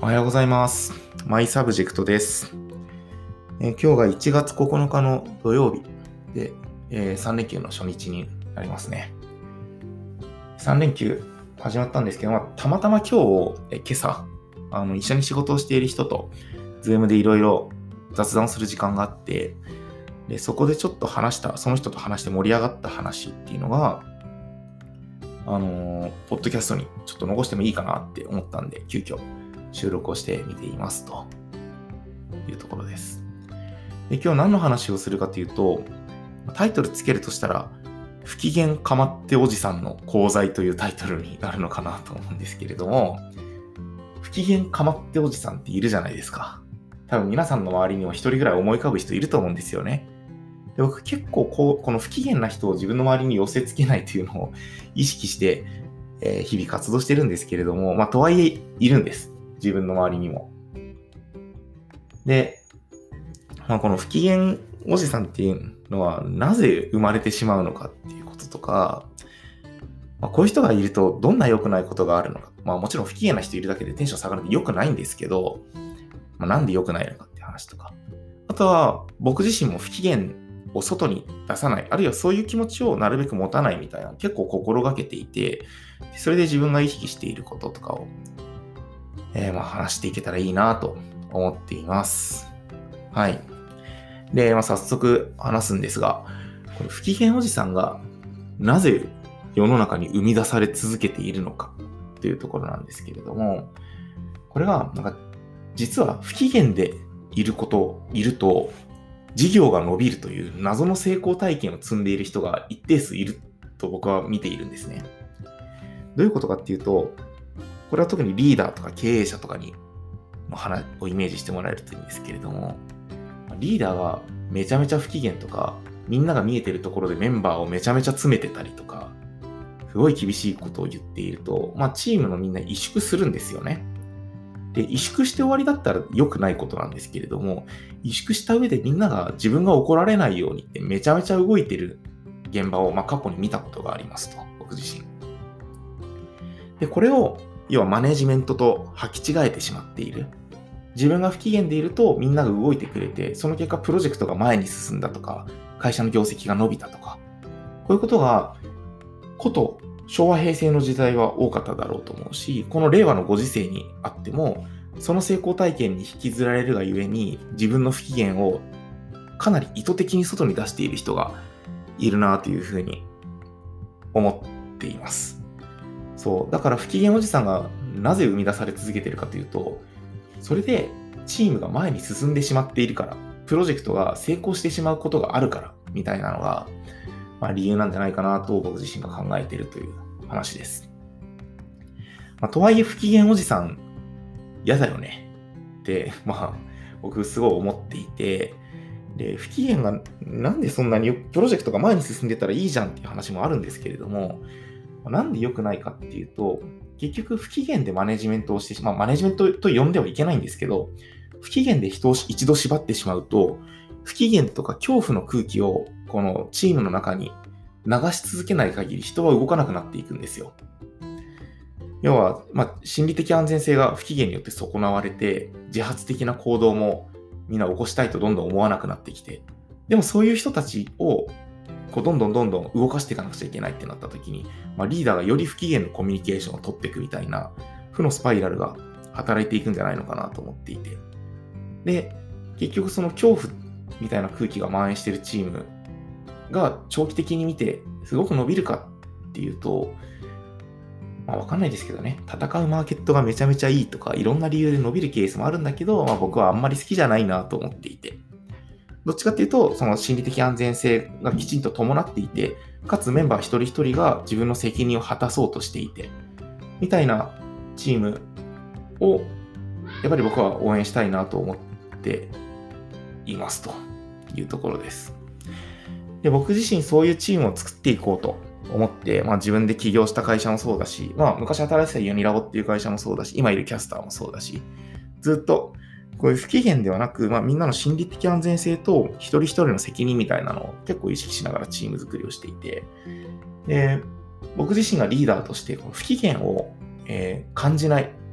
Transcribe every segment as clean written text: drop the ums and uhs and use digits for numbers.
おはようございます。マイサブジェクトです。今日が1月9日の土曜日で、3連休の初日になりますね。3連休始まったんですけど、たまたま今朝、一緒に仕事をしている人と、Zoom でいろいろ雑談する時間があって、でそこでちょっとその人と話して盛り上がった話っていうのが、ポッドキャストにちょっと残してもいいかなって思ったんで、急遽収録をしてみていますというところです。で、今日何の話をするかというと、タイトルつけるとしたら、不機嫌かまっておじさんの功罪というタイトルになるのかなと思うんですけれども、不機嫌かまっておじさんっているじゃないですか。多分皆さんの周りにも一人ぐらい思い浮かぶ人いると思うんですよね。で、僕結構この不機嫌な人を自分の周りに寄せ付けないというのを意識して、日々活動してるんですけれども、とはいえいるんです。自分の周りにも。で、この不機嫌おじさんっていうのはなぜ生まれてしまうのかっていうこととか、こういう人がいるとどんな良くないことがあるのか。もちろん不機嫌な人いるだけでテンション下がるんで良くないんですけど、なんで良くないのかっていう話とか。あとは僕自身も不機嫌を外に出さない、あるいはそういう気持ちをなるべく持たないみたいな結構心がけていて、それで自分が意識していることとかを話していけたらいいなと思っています。はい。で、早速話すんですが、この不機嫌おじさんがなぜ世の中に生み出され続けているのかというところなんですけれども、これが実は不機嫌でいると事業が伸びるという謎の成功体験を積んでいる人が一定数いると僕は見ているんですね。どういうことかっていうと、これは特にリーダーとか経営者とかにの話をイメージしてもらえるといいんですけれども、リーダーがめちゃめちゃ不機嫌とか、みんなが見えてるところでメンバーをめちゃめちゃ詰めてたりとか、すごい厳しいことを言っていると、チームのみんな萎縮するんですよね。で、萎縮して終わりだったら良くないことなんですけれども、萎縮した上でみんなが自分が怒られないようにってめちゃめちゃ動いてる現場を過去に見たことがありますと、僕自身。で、これを要はマネジメントと履き違えてしまっている。自分が不機嫌でいるとみんなが動いてくれて、その結果プロジェクトが前に進んだとか、会社の業績が伸びたとか、こういうことがこと昭和平成の時代は多かっただろうと思うし、この令和のご時世にあっても、その成功体験に引きずられるがゆえに、自分の不機嫌をかなり意図的に外に出している人がいるなというふうに思っています。そう。だから不機嫌おじさんがなぜ生み出され続けているかというと、それでチームが前に進んでしまっているから、プロジェクトが成功してしまうことがあるから、みたいなのが、理由なんじゃないかなと僕自身が考えているという話です。とはいえ不機嫌おじさん嫌だよねって僕すごい思っていて、で不機嫌がなんでそんなにプロジェクトが前に進んでたらいいじゃんっていう話もあるんですけれども、なんで良くないかっていうと、結局不機嫌でマネジメントをしてマネジメントと呼んではいけないんですけど、不機嫌で人を一度縛ってしまうと、不機嫌とか恐怖の空気をこのチームの中に流し続けない限り人は動かなくなっていくんですよ。要は、心理的安全性が不機嫌によって損なわれて、自発的な行動もみんな起こしたいとどんどん思わなくなってきて、でもそういう人たちをどんどん動かしていかなくちゃいけないってなった時に、リーダーがより不機嫌のコミュニケーションを取っていくみたいな負のスパイラルが働いていくんじゃないのかなと思っていて、で結局その恐怖みたいな空気が蔓延しているチームが長期的に見てすごく伸びるかっていうと、わかんないですけどね、戦うマーケットがめちゃめちゃいいとかいろんな理由で伸びるケースもあるんだけど、僕はあんまり好きじゃないなと思っていて、どっちかっていうとその心理的安全性がきちんと伴っていて、かつメンバー一人一人が自分の責任を果たそうとしていてみたいなチームをやっぱり僕は応援したいなと思っていますというところです。で、僕自身そういうチームを作っていこうと思って、自分で起業した会社もそうだし、昔働いてたユニラボっていう会社もそうだし、今いるキャスターもそうだし、ずっとこういう不機嫌ではなく、みんなの心理的安全性と一人一人の責任みたいなのを結構意識しながらチーム作りをしていて、で僕自身がリーダーとしてこの不機嫌を、感じないっ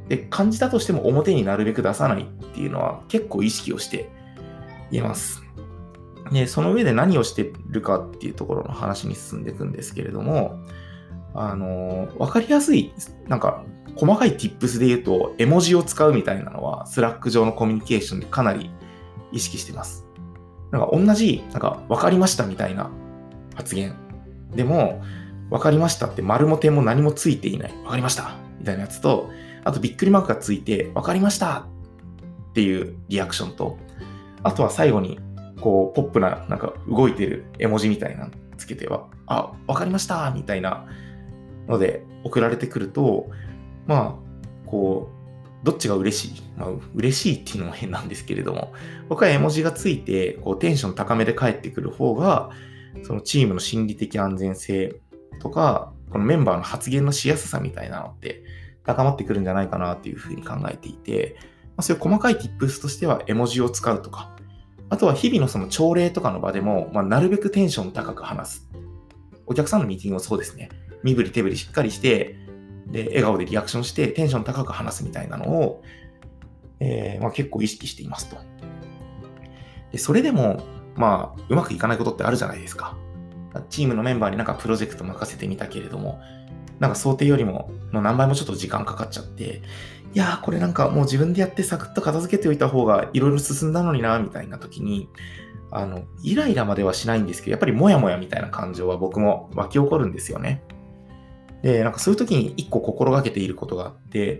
で、感じたとしても表になるべく出さないっていうのは結構意識をしています。で、その上で何をしてるかっていうところの話に進んでいくんですけれども、わかりやすい、なんか、細かい tips で言うと、絵文字を使うみたいなのは、スラック上のコミュニケーションでかなり意識してます。なんか同じ、なんか、わかりましたみたいな発言。でも、わかりましたって丸も点も何もついていない。わかりましたみたいなやつと、あとびっくりマークがついて、わかりましたっていうリアクションと、あとは最後に、こう、ポップな、なんか動いてる絵文字みたいなのつけては、あ、わかりましたみたいなので送られてくると、まあ、こう、どっちが嬉しい？まあ、嬉しいっていうのも変なんですけれども、僕は絵文字がついて、こう、テンション高めで返ってくる方が、そのチームの心理的安全性とか、このメンバーの発言のしやすさみたいなのって高まってくるんじゃないかなっていうふうに考えていて、そういう細かい tips としては絵文字を使うとか、あとは日々のその朝礼とかの場でも、なるべくテンション高く話す。お客さんのミーティングもそうですね。身振り手振りしっかりして、で、笑顔でリアクションしてテンション高く話すみたいなのを、結構意識していますと。で、それでも、うまくいかないことってあるじゃないですか。チームのメンバーになんかプロジェクト任せてみたけれども、なんか想定よりもの何倍もちょっと時間かかっちゃって、いやーこれなんかもう自分でやってサクッと片付けておいた方がいろいろ進んだのにな、みたいな時に、イライラまではしないんですけど、やっぱりモヤモヤみたいな感情は僕も湧き起こるんですよね。で、なんかそういう時に一個心がけていることがあって、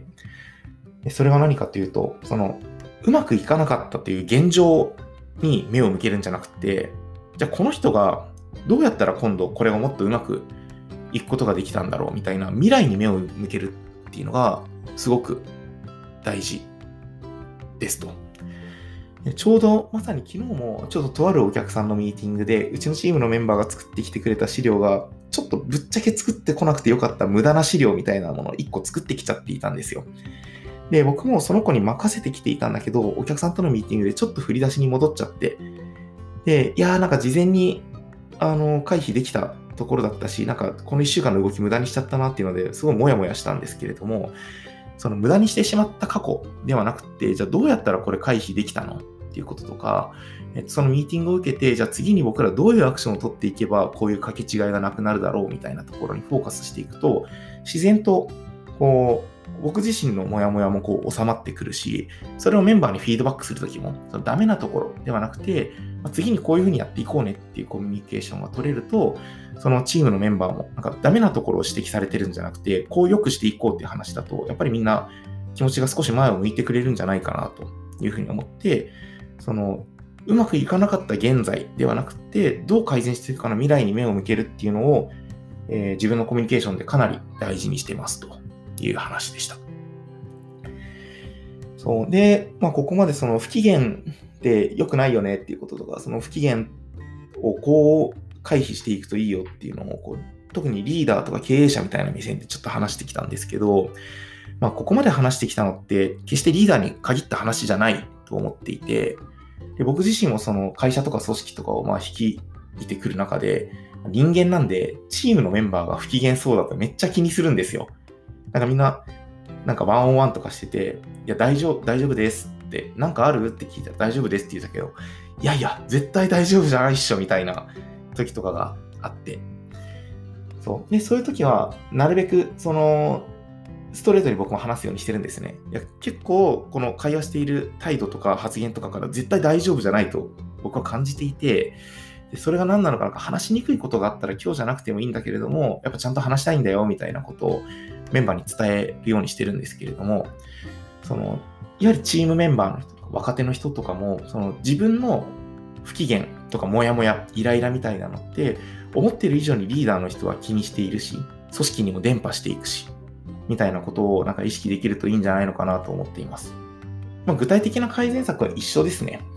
それは何かというと、うまくいかなかったという現状に目を向けるんじゃなくて、じゃあこの人がどうやったら今度これがもっとうまくいくことができたんだろうみたいな未来に目を向けるっていうのがすごく大事ですと。ちょうどまさに昨日もちょっととあるお客さんのミーティングでうちのチームのメンバーが作ってきてくれた資料がちょっとぶっちゃけ作ってこなくてよかった無駄な資料みたいなものを1個作ってきちゃっていたんですよ。で、僕もその子に任せてきていたんだけど、お客さんとのミーティングでちょっと振り出しに戻っちゃって、で、いやーなんか事前に回避できたところだったし、なんかこの1週間の動き無駄にしちゃったなっていうのですごいモヤモヤしたんですけれども、その無駄にしてしまった過去ではなくて、じゃあどうやったらこれ回避できたのっていうこととか、そのミーティングを受けて、じゃあ次に僕らどういうアクションを取っていけばこういう掛け違いがなくなるだろうみたいなところにフォーカスしていくと、自然とこう僕自身のモヤモヤもこう収まってくるし、それをメンバーにフィードバックするときも、そのダメなところではなくて、次にこういうふうにやっていこうねっていうコミュニケーションが取れると、そのチームのメンバーもなんかダメなところを指摘されてるんじゃなくて、こう良くしていこうっていう話だと、やっぱりみんな気持ちが少し前を向いてくれるんじゃないかなというふうに思って、うまくいかなかった現在ではなくて、どう改善していくかの未来に目を向けるっていうのを、自分のコミュニケーションでかなり大事にしてますという話でした。そうで、ここまでその不機嫌って良くないよねっていうこととか、その不機嫌をこう回避していくといいよっていうのを特にリーダーとか経営者みたいな目線でちょっと話してきたんですけど、ここまで話してきたのって決してリーダーに限った話じゃないと思っていて、で僕自身もその会社とか組織とかを率いてくる中で、人間なんでチームのメンバーが不機嫌そうだとめっちゃ気にするんですよ。なんかみんななんかワンオンワンとかしてて、いや大丈夫ですって、なんかあるって聞いたら大丈夫ですって言ったけど、いやいや絶対大丈夫じゃないっしょみたいな時とかがあって、そうでそういう時はなるべくストレートに僕も話すようにしてるんですね。いや結構この会話している態度とか発言とかから絶対大丈夫じゃないと僕は感じていて、でそれが何なのかなんか話しにくいことがあったら今日じゃなくてもいいんだけれども、やっぱちゃんと話したいんだよみたいなことをメンバーに伝えるようにしてるんですけれども、いわゆるチームメンバーの人とか若手の人とかも自分の不機嫌とかモヤモヤイライラみたいなのって思ってる以上にリーダーの人は気にしているし、組織にも伝播していくしみたいなことをなんか意識できるといいんじゃないのかなと思っています。具体的な改善策は一緒ですね。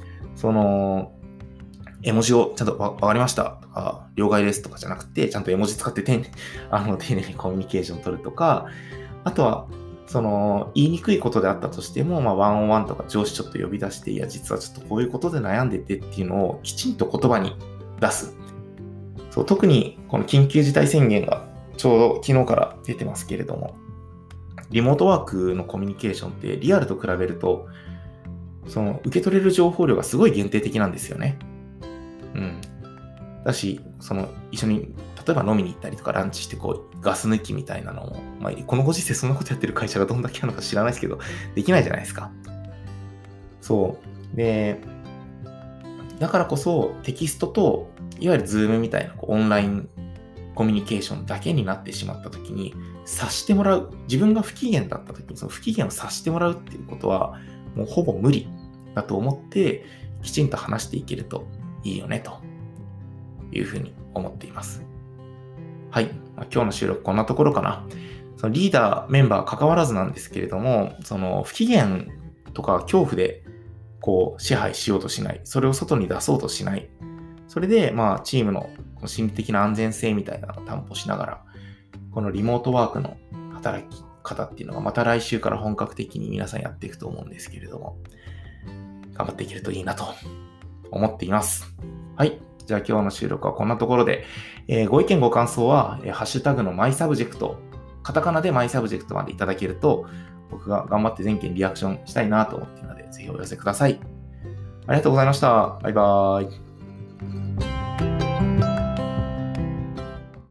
絵文字をちゃんとわかりましたとか、了解ですとかじゃなくて、ちゃんと絵文字使って丁寧にコミュニケーションを取るとか、あとは、言いにくいことであったとしても、ワンオンワンとか上司ちょっと呼び出して、いや、実はちょっとこういうことで悩んでてっていうのをきちんと言葉に出す。そう、特にこの緊急事態宣言がちょうど昨日から出てますけれども、 リモートワークのコミュニケーションってリアルと比べると、その受け取れる情報量がすごい限定的なんですよね。うん。だし、一緒に、例えば飲みに行ったりとかランチしてガス抜きみたいなのも、このご時世そんなことやってる会社がどんだけあるのか知らないですけど、できないじゃないですか。そう。で、だからこそテキストと、いわゆるズームみたいなオンラインコミュニケーションだけになってしまったときに、察してもらう。自分が不機嫌だったときに、その不機嫌を察してもらうっていうことは、もうほぼ無理だと思って、きちんと話していけるといいよね、というふうに思っています。はい。今日の収録こんなところかな。そのリーダー、メンバー関わらずなんですけれども、その不機嫌とか恐怖で支配しようとしない。それを外に出そうとしない。それで、チームの心理的な安全性みたいなのを担保しながら、このリモートワークの働き方っていうのがまた来週から本格的に皆さんやっていくと思うんですけれども、頑張っていけるといいなと思っています。はい。じゃあ今日の収録はこんなところで、ご意見ご感想は、ハッシュタグのマイサブジェクト、カタカナでマイサブジェクトまでいただけると、僕が頑張って全件リアクションしたいなと思っているので、ぜひお寄せください。ありがとうございました。バイバーイ。